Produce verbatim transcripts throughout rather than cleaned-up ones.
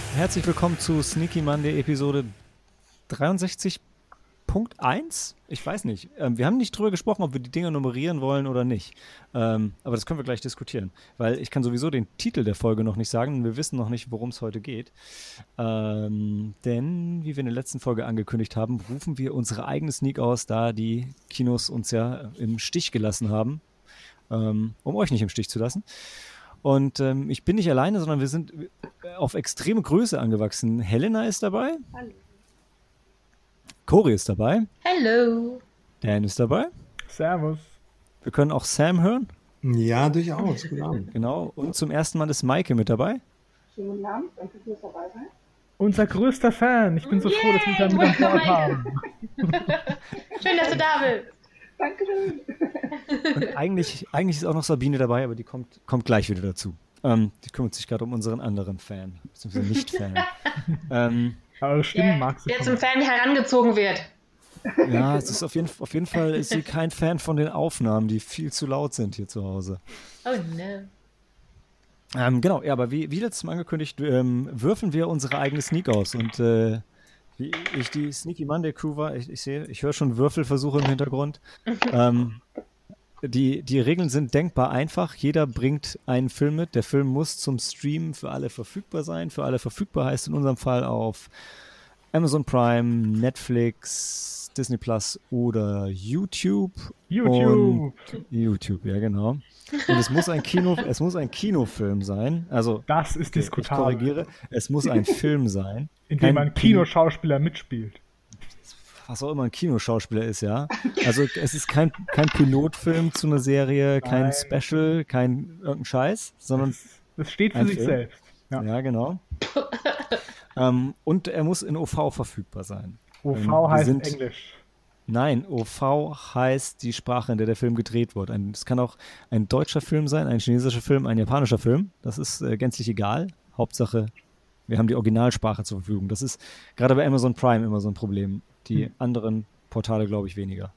Herzlich willkommen zu Sneaky Monday Episode dreiundsechzig Punkt eins. Ich weiß nicht. Ähm, wir haben nicht drüber gesprochen, ob wir die Dinger nummerieren wollen oder nicht. Ähm, aber das können wir gleich diskutieren. Weil ich kann sowieso den Titel der Folge noch nicht sagen und wir wissen noch nicht, worum es heute geht. Ähm, denn, wie wir in der letzten Folge angekündigt haben, rufen wir unsere eigene Sneak aus, da die Kinos uns ja im Stich gelassen haben, ähm, um euch nicht im Stich zu lassen. Und ähm, ich bin nicht alleine, sondern wir sind auf extreme Größe angewachsen. Helena ist dabei. Hallo. Cori ist dabei. Hello. Dan ist dabei. Servus. Wir können auch Sam hören. Ja, durchaus. Guten Abend. Genau. Und zum ersten Mal ist Maike mit dabei. Schönen guten Abend, danke fürs dabei sein. Unser größter Fan. Ich bin so froh, dass wir ihn mit an Bord haben. Schön, dass du da bist. Dankeschön. Und eigentlich, eigentlich ist auch noch Sabine dabei, aber die kommt, kommt gleich wieder dazu. Ähm, die kümmert sich gerade um unseren anderen Fan, beziehungsweise Nicht-Fan. ähm, Aber eure Stimmen magst du Der schon. zum Fan herangezogen wird. ja, es ist auf jeden, auf jeden Fall ist sie kein Fan von den Aufnahmen, die viel zu laut sind hier zu Hause. Oh no. Ähm, genau, ja, aber wie, wie letztes Mal angekündigt, ähm, würfeln wir unsere eigene Sneak aus. Und äh, wie ich die Sneaky Monday Crew war, ich, ich sehe, ich höre schon Würfelversuche im Hintergrund. ähm, die, die Regeln sind denkbar einfach. Jeder bringt einen Film mit. Der Film muss zum Streamen für alle verfügbar sein. Für alle verfügbar heißt in unserem Fall auf Amazon Prime, Netflix, Disney Plus oder YouTube. YouTube. Und YouTube, ja genau. Und es muss ein Kino, es muss ein Kinofilm sein. Also Das ist okay, ich diskutabel. korrigiere, es muss ein Film sein. In dem Kein ein Kinoschauspieler mitspielt. Was auch immer ein Kinoschauspieler ist, ja. Also es ist kein, kein Pilotfilm zu einer Serie, kein Nein. Special, kein irgendein Scheiß, sondern Das steht für Ein sich Film? selbst. Ja. ja, genau. ähm, und er muss in O V verfügbar sein. O Ähm, V wir heißt sind- Englisch. Nein, O V heißt die Sprache, in der der Film gedreht wird. Ein, es kann auch ein deutscher Film sein, ein chinesischer Film, ein japanischer Film. Das ist äh, gänzlich egal. Hauptsache, wir haben die Originalsprache zur Verfügung. Das ist gerade bei Amazon Prime immer so ein Problem. Die Hm. anderen Portale, glaube ich, weniger.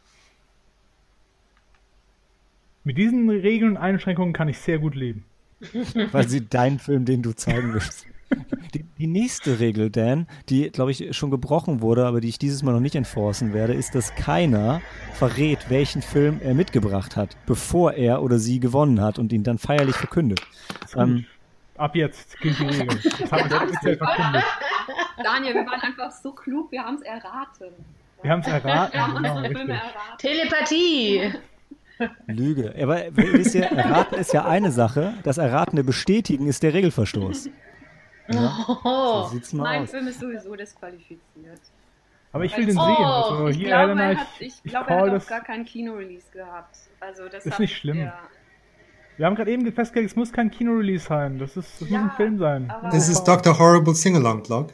Mit diesen Regeln und Einschränkungen kann ich sehr gut leben. Weil sie deinen Film, den du zeigen willst. Die, die nächste Regel, Dan, die, glaube ich, schon gebrochen wurde, aber die ich dieses Mal noch nicht enforcen werde, ist, dass keiner verrät, welchen Film er mitgebracht hat, bevor er oder sie gewonnen hat und ihn dann feierlich verkündet. Ist gut. Ähm, Ab jetzt gilt die Regel. Das haben wir offiziell verkündet. Daniel, wir waren einfach so klug, wir haben es erraten. Wir haben es erraten. Wir haben Genau, unsere Filme richtig. erraten. Telepathie. Lüge. Aber wisst ihr, erraten ist ja eine Sache, das Erratene bestätigen ist der Regelverstoß. Ja, so Oh. sieht's mal Mein aus. Film ist sowieso disqualifiziert. Aber ich will Weil- den Oh, sehen. Also Ich hier, glaube, Helena, er ich, hat, ich ich glaube, er call hat auch das. gar keinen Kino-Release gehabt. Also das Ist hat, nicht schlimm. Ja. Wir haben gerade eben festgelegt, es muss kein Kino-Release sein. Das, ist, das Ja, muss ein Film sein. aber- This is Doctor Horrible Sing-Along Clock.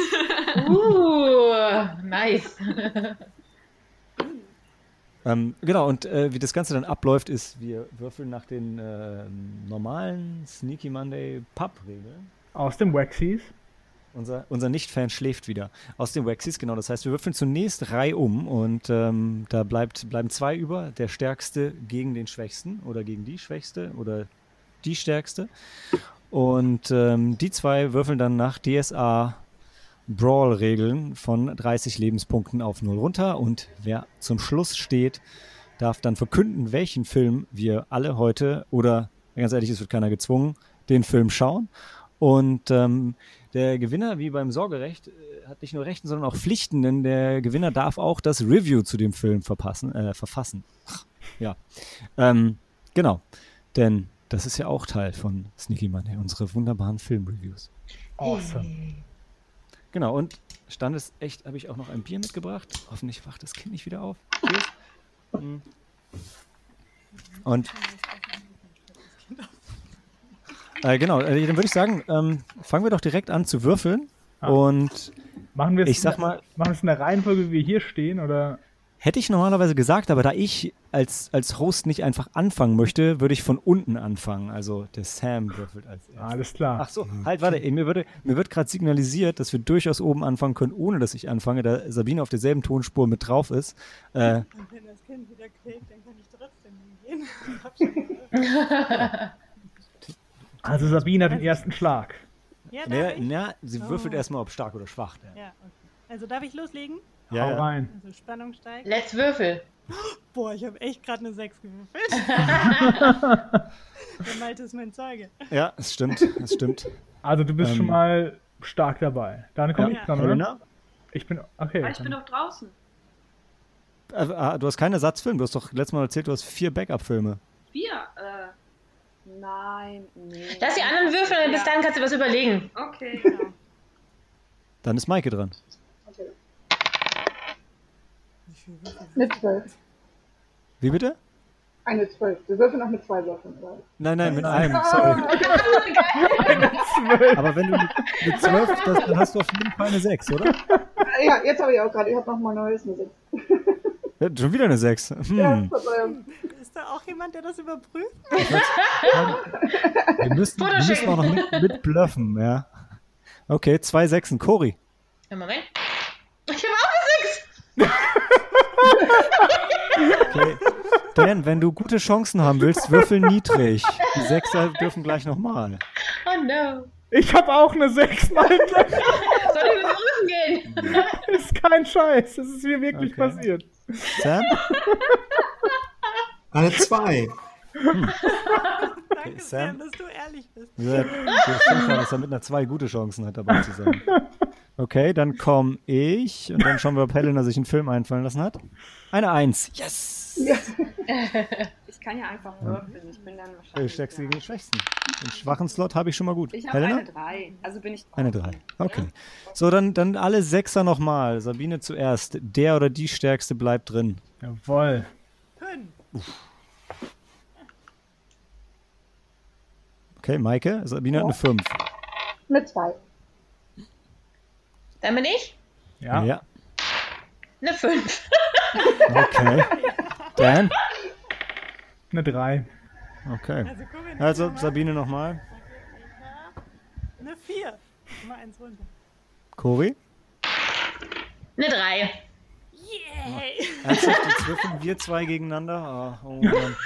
Uh, nice. Ähm, genau, und äh, wie das Ganze dann abläuft, ist, wir würfeln nach den äh, normalen Sneaky Monday Pub-Regeln. Aus dem Waxies. Unser, unser Nicht-Fan schläft wieder. Aus den Waxies, genau. Das heißt, wir würfeln zunächst reihum und ähm, da bleibt, bleiben zwei über. Der Stärkste gegen den Schwächsten oder gegen die Schwächste oder die Stärkste. Und ähm, die zwei würfeln dann nach D S A Brawl-Regeln von dreißig Lebenspunkten auf null runter. Und wer zum Schluss steht, darf dann verkünden, welchen Film wir alle heute, oder ganz ehrlich, es wird keiner gezwungen, den Film schauen. Und ähm, der Gewinner, wie beim Sorgerecht, äh, hat nicht nur Rechten, sondern auch Pflichten, denn der Gewinner darf auch das Review zu dem Film verpassen, äh, verfassen. Ja, ähm, genau, denn das ist ja auch Teil von Sneaky Monday, unsere wunderbaren Filmreviews. Awesome. Genau, und Stand ist echt, habe ich auch noch ein Bier mitgebracht. Hoffentlich wacht das Kind nicht wieder auf. Cheers. Mm. Und äh, genau, äh, dann würde ich sagen, ähm, fangen wir doch direkt an zu würfeln. Ah. Und Machen wir es ich sag mal, machen wir es in der Reihenfolge, wie wir hier stehen? Oder? hätte ich normalerweise gesagt, aber da ich als, als Host nicht einfach anfangen möchte, würde ich von unten anfangen. Also der Sam würfelt als erstes. Alles klar. Ach so, halt, warte, ey, mir, würde, mir wird gerade signalisiert, dass wir durchaus oben anfangen können, ohne dass ich anfange, da Sabine auf derselben Tonspur mit drauf ist. Äh, Und wenn das Kind wieder quält, dann kann ich trotzdem hingehen. Ich hab schon gehört. Also Sabine hat den ersten Schlag. Ja, darf Na, ich? na, sie Oh. würfelt erstmal, ob stark oder schwach. Ja, Ja, okay. Also darf ich loslegen? ja. Hau ja. rein. Also Spannung steigt. Let's würfel. Boah, ich habe echt gerade eine sechs gewürfelt. Der Malte ist mein Zeuge. Ja, es stimmt, es stimmt. Also du bist Ähm. schon mal stark dabei. Dann komme Ja. ich dran, oder? Helena? Ich bin, okay. Aber ich bin dann- doch draußen. Äh, ah, du hast keinen Ersatzfilm. Du hast doch letztes Mal erzählt, du hast vier Backup-Filme. Wir, äh, nein, nee. Lass die anderen würfeln, bis Ja. dann kannst du was überlegen. Okay, genau. Dann ist Maike dran. Mit zwölf. Wie bitte? Eine zwölf. Wir würfeln noch mit zwei Würfeln, oder? Nein, nein, mit einem. Sorry. Aber wenn du mit, mit zwölf, das, dann hast du auf jeden Fall eine sechs, oder? Ja, jetzt habe ich auch gerade, ich habe noch mal neues Musik. Ja, schon wieder eine sechs. Ja, Hm. Verzeihung. Ist da auch jemand, der das überprüft? Wir müssen, wir Foto müssen schicken. auch noch mit, mit bluffen, ja. Okay, zwei Sechsen. Cori. Ja, Moment. Ich habe auch eine sechs. Okay. Dan, wenn du gute Chancen haben willst, würfel niedrig. Die Sechser dürfen gleich nochmal. Oh no. Ich habe auch eine sechs, Malte. Soll ich mit Rücken gehen? Das ist kein Scheiß. Das ist mir wirklich Okay. passiert. Sam? Eine zwei. Danke, Sam? Sam, dass du ehrlich bist. Ja, das stimmt schon, dass er mit einer zwei gute Chancen hat, dabei zu sein. Okay, dann komme ich und dann schauen wir, ob Helena sich einen Film einfallen lassen hat. Eine Eins. Yes! Ich kann ja einfach würfeln. Ich bin dann Du wahrscheinlich. steckst gegen ja. den Schwächsten. Den schwachen Slot habe ich schon mal gut. Ich habe Helena? eine drei. Also bin ich Eine drei. Okay. So, dann, dann alle Sechser nochmal. Sabine zuerst. Der oder die Stärkste bleibt drin. Jawohl. Fünf. Okay, Maike. Sabine hat eine fünf. Mit zwei. Dann bin ich Ja. Ja. eine fünf. Okay. Dan? Eine drei. Okay. Also guck mal. Also, nochmal. Sabine nochmal. Eine vier. Mal eins runter. Cori? Eine drei. Yay! Ernsthaft, jetzt würfeln wir zwei gegeneinander? Ah, oh Mann.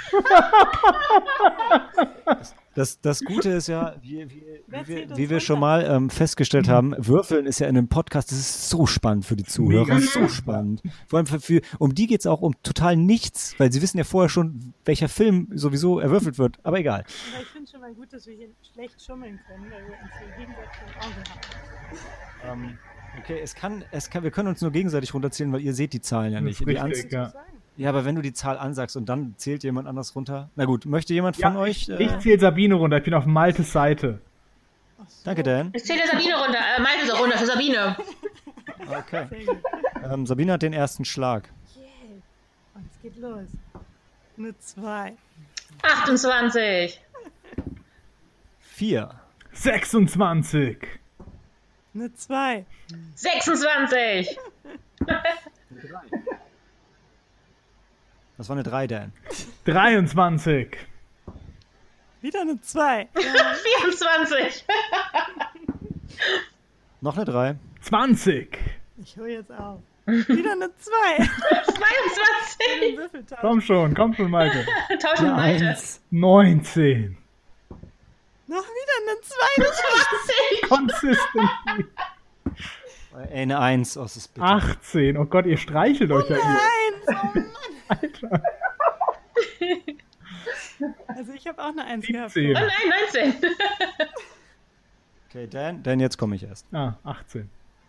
Das, das Gute ist ja, wie, wie, Wer wie, zählt wir, uns wie wir runter? schon mal ähm, festgestellt haben, Würfeln ist ja in einem Podcast, das ist so spannend für die Zuhörer, Mega so spannend. Vor allem für, für, um die geht es auch um total nichts, weil sie wissen ja vorher schon, welcher Film sowieso erwürfelt wird, aber egal. Aber ich finde schon mal gut, dass wir hier schlecht schummeln können, weil wir uns hier gegenseitig im Auge haben. Ähm, okay, es kann, es kann, wir können uns nur gegenseitig runterzählen, weil ihr seht die Zahlen ja Das nicht. ist Die richtig, Ans- ja. ja, aber wenn du die Zahl ansagst und dann zählt jemand anders runter. Na gut, möchte jemand von Ja, euch? Ich Äh, zähle Sabine runter. Ich bin auf Maltes Seite. danke, Dan. Ich zähle Sabine runter. Äh, Malte ist auch runter für Sabine. Okay. Sehr gut. Ähm, Sabine hat den ersten Schlag. Yay. Und es geht los. Eine zwei. achtundzwanzig. Vier. sechsundzwanzig. Eine zwei. sechsundzwanzig. Das war eine drei, Dan. dreiundzwanzig. Wieder eine zwei. vierundzwanzig. Noch eine drei. zwanzig. Ich hole jetzt auf. Wieder eine zwei. Den zweiundzwanzig. Würfeltausch. Komm schon, komm schon, Malte. Tauschen wir Malte. Eins. neunzehn. Noch wieder eine zwei. zwanzig. Consistency. Äh, eine Eins. Oh, das ist bitter. achtzehn. Oh Gott, ihr streichelt euch ja hier. Eins. Oh Mann. Alter. Also ich habe auch eine Eins gehabt. siebzehn. Oh nein, neunzehn. Okay, Dan. Dan, jetzt komme ich erst. Ah, achtzehn.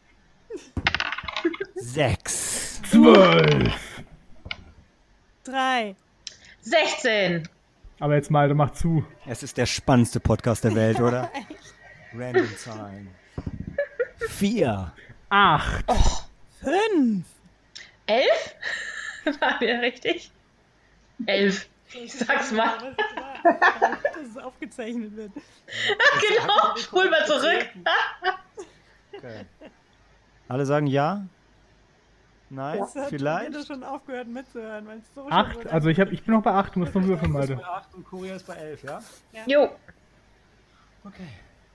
Sechs. zwölf. Drei. sechzehn. Aber jetzt Malte, mach zu. Es ist der spannendste Podcast der Welt, oder? Random Zahlen. Vier. acht. Fünf. elf? War wieder richtig? elf. Ich sag's mal. Aber es war, dass es aufgezeichnet wird. Genau. Spul mal zurück. Okay. Alle sagen ja? Nein? Es hat Vielleicht? jeder schon aufgehört mitzuhören, weil es so schon acht. wurde. Also ich, hab, ich bin noch bei acht. Du musst noch würfeln, Malte. Bei acht und Korea ist bei elf, ja? Jo. Okay.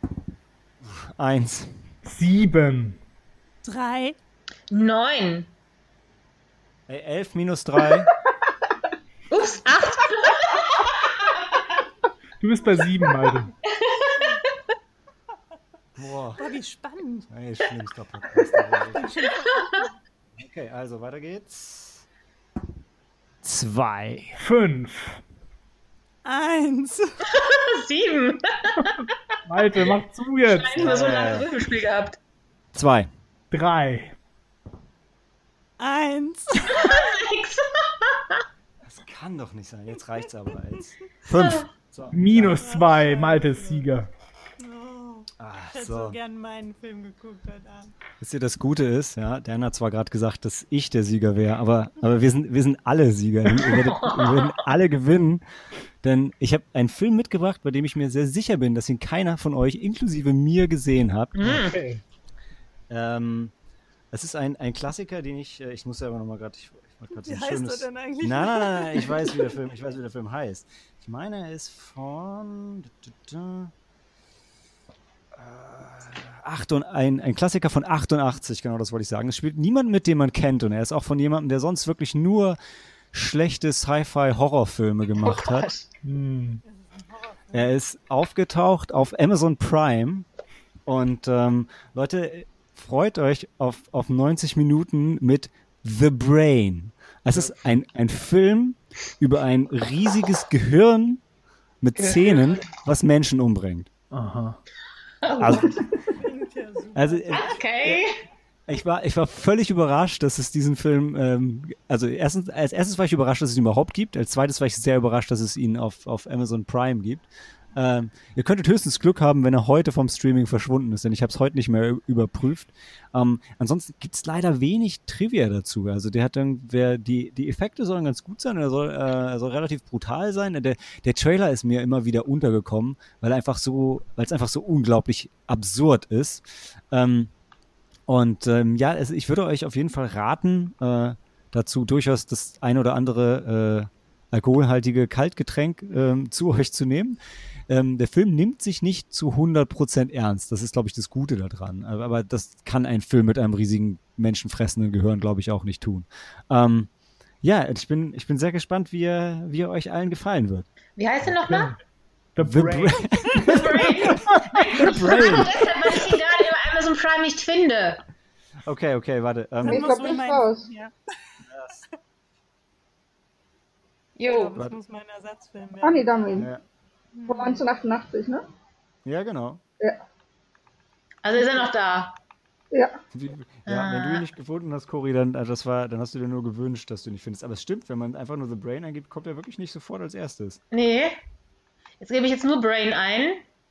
Eins. sieben. Drei. neun. Ey, elf minus drei. Ups, acht. Du bist bei sieben, Malte. Boah. Boah, wie spannend. Ey, schlimmster Podcast der Welt. Okay, also weiter geht's. Zwei. Fünf. Eins. Sieben. Malte, mach zu jetzt. Ich habe nicht mehr so ein langes Würfelspiel gehabt. Zwei. Drei. Eins. Sechs. Das kann doch nicht sein. Jetzt reicht's aber als. Fünf. So. Minus zwei. Malte ist Sieger. Oh, Ah, ich hätte so so. gern meinen Film geguckt heute Abend. Wisst ihr, das Gute ist, ja, Dan hat zwar gerade gesagt, dass ich der Sieger wäre, aber, aber wir sind, wir sind alle Sieger. Wir, werdet, wir werden alle gewinnen. Denn ich habe einen Film mitgebracht, bei dem ich mir sehr sicher bin, dass ihn keiner von euch, inklusive mir, gesehen hat. Okay. Ähm, es ist ein, ein Klassiker, den ich, äh, ich muss ja aber nochmal gerade, ich, ich wollte gerade Wie so ein heißt schönes... er denn eigentlich? Nein, nein, nein, nein, ich weiß, wie der Film, ich weiß, wie der Film heißt. Ich meine, er ist von... Acht und ein, ein Klassiker von achtundachtzig, genau das wollte ich sagen. Es spielt niemand mit, den man kennt, und er ist auch von jemandem, der sonst wirklich nur schlechte Sci-Fi-Horrorfilme gemacht hat. Hm. Er ist aufgetaucht auf Amazon Prime und ähm, Leute, freut euch auf, auf neunzig Minuten mit The Brain. Es ist ein, ein Film über ein riesiges Gehirn mit Zähnen, was Menschen umbringt. Aha. Also, Klingt ja super. also äh, Okay. ich war, ich war völlig überrascht, dass es diesen Film, ähm, also erstens, als erstes war ich überrascht, dass es ihn überhaupt gibt. Als zweites war ich sehr überrascht, dass es ihn auf, auf Amazon Prime gibt. Ähm, ihr könntet höchstens Glück haben, wenn er heute vom Streaming verschwunden ist, denn ich habe es heute nicht mehr ü- überprüft. Ähm, ansonsten gibt es leider wenig Trivia dazu. Also der hat dann, wer die, die Effekte sollen ganz gut sein, er soll, äh, er soll relativ brutal sein. Der, der Trailer ist mir immer wieder untergekommen, weil er einfach so, weil es einfach so unglaublich absurd ist. Ähm, und ähm, ja, also ich würde euch auf jeden Fall raten, äh, dazu durchaus das ein oder andere äh, alkoholhaltige Kaltgetränk ähm, zu euch zu nehmen. Ähm, der Film nimmt sich nicht zu hundert Prozent ernst. Das ist, glaube ich, das Gute daran. Aber, aber das kann ein Film mit einem riesigen menschenfressenden Gehirn, glaube ich, auch nicht tun. Ähm, ja, ich bin, ich bin sehr gespannt, wie er, wie er euch allen gefallen wird. Wie heißt der nochmal? The The Brain. Brain. The Brain. The Brain. Deshalb, weil ich ihn gerade über Amazon Prime nicht finde. Okay, okay, warte. Ähm, Dann Ich muss glaub, wohl ich mein- raus. Ja, Jo. das muss mein Ersatzfilm Ah, nee, werden. Damin. ja. Von neunzehnhundertachtundachtzig, ne? ja, genau. Ja. Also ist er noch da. Ja. Wie, ja, wenn du ihn nicht gefunden hast, Cory, dann, also das war, dann hast du dir nur gewünscht, dass du ihn nicht findest. Aber es stimmt, wenn man einfach nur The Brain eingibt, kommt er wirklich nicht sofort als erstes. Nee. Jetzt gebe ich jetzt nur Brain ein.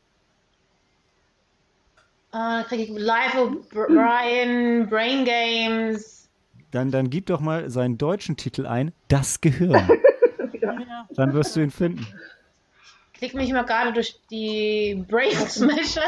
Ah, dann kriege ich Live of Br- Brian, Brain Games. Dann, dann gib doch mal seinen deutschen Titel ein, Das Gehirn. Ja. Dann wirst du ihn finden. Klick mich mal gerade durch die Brain Smasher.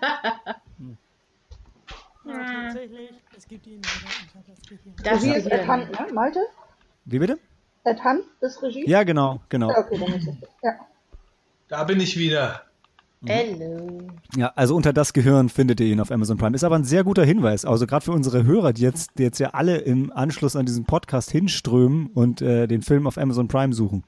Ja, tatsächlich. Es gibt ihn wieder unter das Gehirn. Das Regie ist Ed Gehirn. Hunt, ne? Malte? Wie bitte? Ed Hunt ist Regie? Ja, genau, genau. Ja, okay, dann ist es. Ja. Da bin ich wieder. Hello. Ja, also unter Das Gehirn findet ihr ihn auf Amazon Prime. Ist aber ein sehr guter Hinweis. Also gerade für unsere Hörer, die jetzt, die jetzt ja alle im Anschluss an diesen Podcast hinströmen und äh, den Film auf Amazon Prime suchen.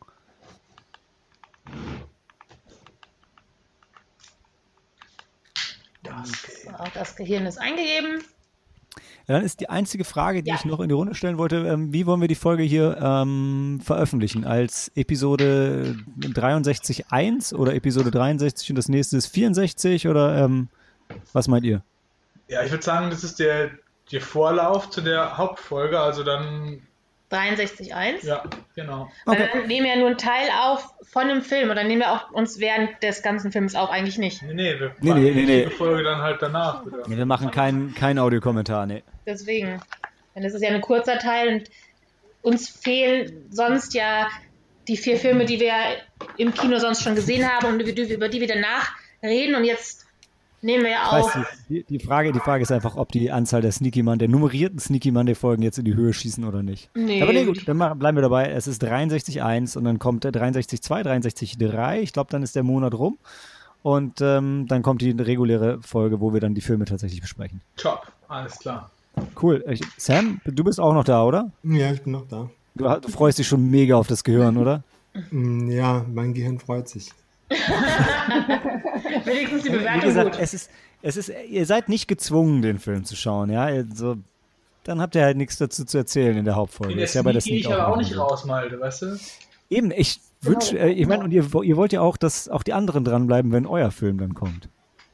So, auch das Gehirn ist eingegeben. Ja, dann ist die einzige Frage, die Ja. ich noch in die Runde stellen wollte, ähm, wie wollen wir die Folge hier ähm, veröffentlichen? Als Episode dreiundsechzig Punkt eins oder Episode dreiundsechzig und das nächste ist vierundsechzig oder ähm, was meint ihr? Ja, ich würde sagen, das ist der, der Vorlauf zu der Hauptfolge. Also dann, dreiundsechzig Punkt eins. ja, genau. Weil Okay. dann nehmen wir ja nur einen Teil auf von einem Film oder nehmen wir auch uns während des ganzen Films auf, eigentlich nicht. Nee, nee, wir Nee, machen nee, nee, die nee. richtige Folge dann halt danach wieder. Nee, wir machen keinen kein Audiokommentar, nee. Deswegen. Denn das ist ja ein kurzer Teil und uns fehlen sonst ja die vier Filme, die wir im Kino sonst schon gesehen haben und über die, über die wir danach reden. Und jetzt nehmen wir ja Ich auch. weiß, die, die, Frage, die Frage ist einfach, ob die Anzahl der Sneaky Monday, der nummerierten Sneaky Monday-Folgen jetzt in die Höhe schießen oder nicht. Nee. Aber nee, gut, dann machen, bleiben wir dabei. Es ist dreiundsechzig Punkt eins und dann kommt der dreiundsechzig Punkt zwei, dreiundsechzig Punkt drei. Ich glaube, dann ist der Monat rum. Und ähm, dann kommt die reguläre Folge, wo wir dann die Filme tatsächlich besprechen. Top, alles klar. Cool. Ich, Sam, du bist auch noch da, oder? Ja, ich bin noch da. Du, du freust dich schon mega auf das Gehirn, oder? Mm, Ja, mein Gehirn freut sich. Wenigstens die Wie Bewertung gesagt, gut. es ist, es ist, ihr seid nicht gezwungen, den Film zu schauen, ja. Also, dann habt ihr halt nichts dazu zu erzählen in der Hauptfolge. In der Ist ja bei der Sneak gehe Sneak ich aber auch noch nicht so. raus, Malte, weißt du? Eben, ich Genau, wünsche, äh, ich meine, genau. und ihr, ihr wollt ja auch, dass auch die anderen dranbleiben, wenn euer Film dann kommt.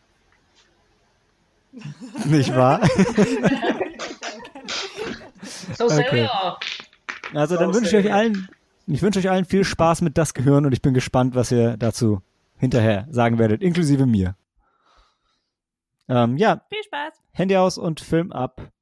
Nicht wahr? So say Okay. we all. Also dann So wünsche ich euch sehr. allen, ich wünsche euch allen viel Spaß mit Das Gehirn und ich bin gespannt, was ihr dazu hinterher sagen werdet, inklusive mir. Ähm, ja, Viel Spaß. Handy aus und Film ab.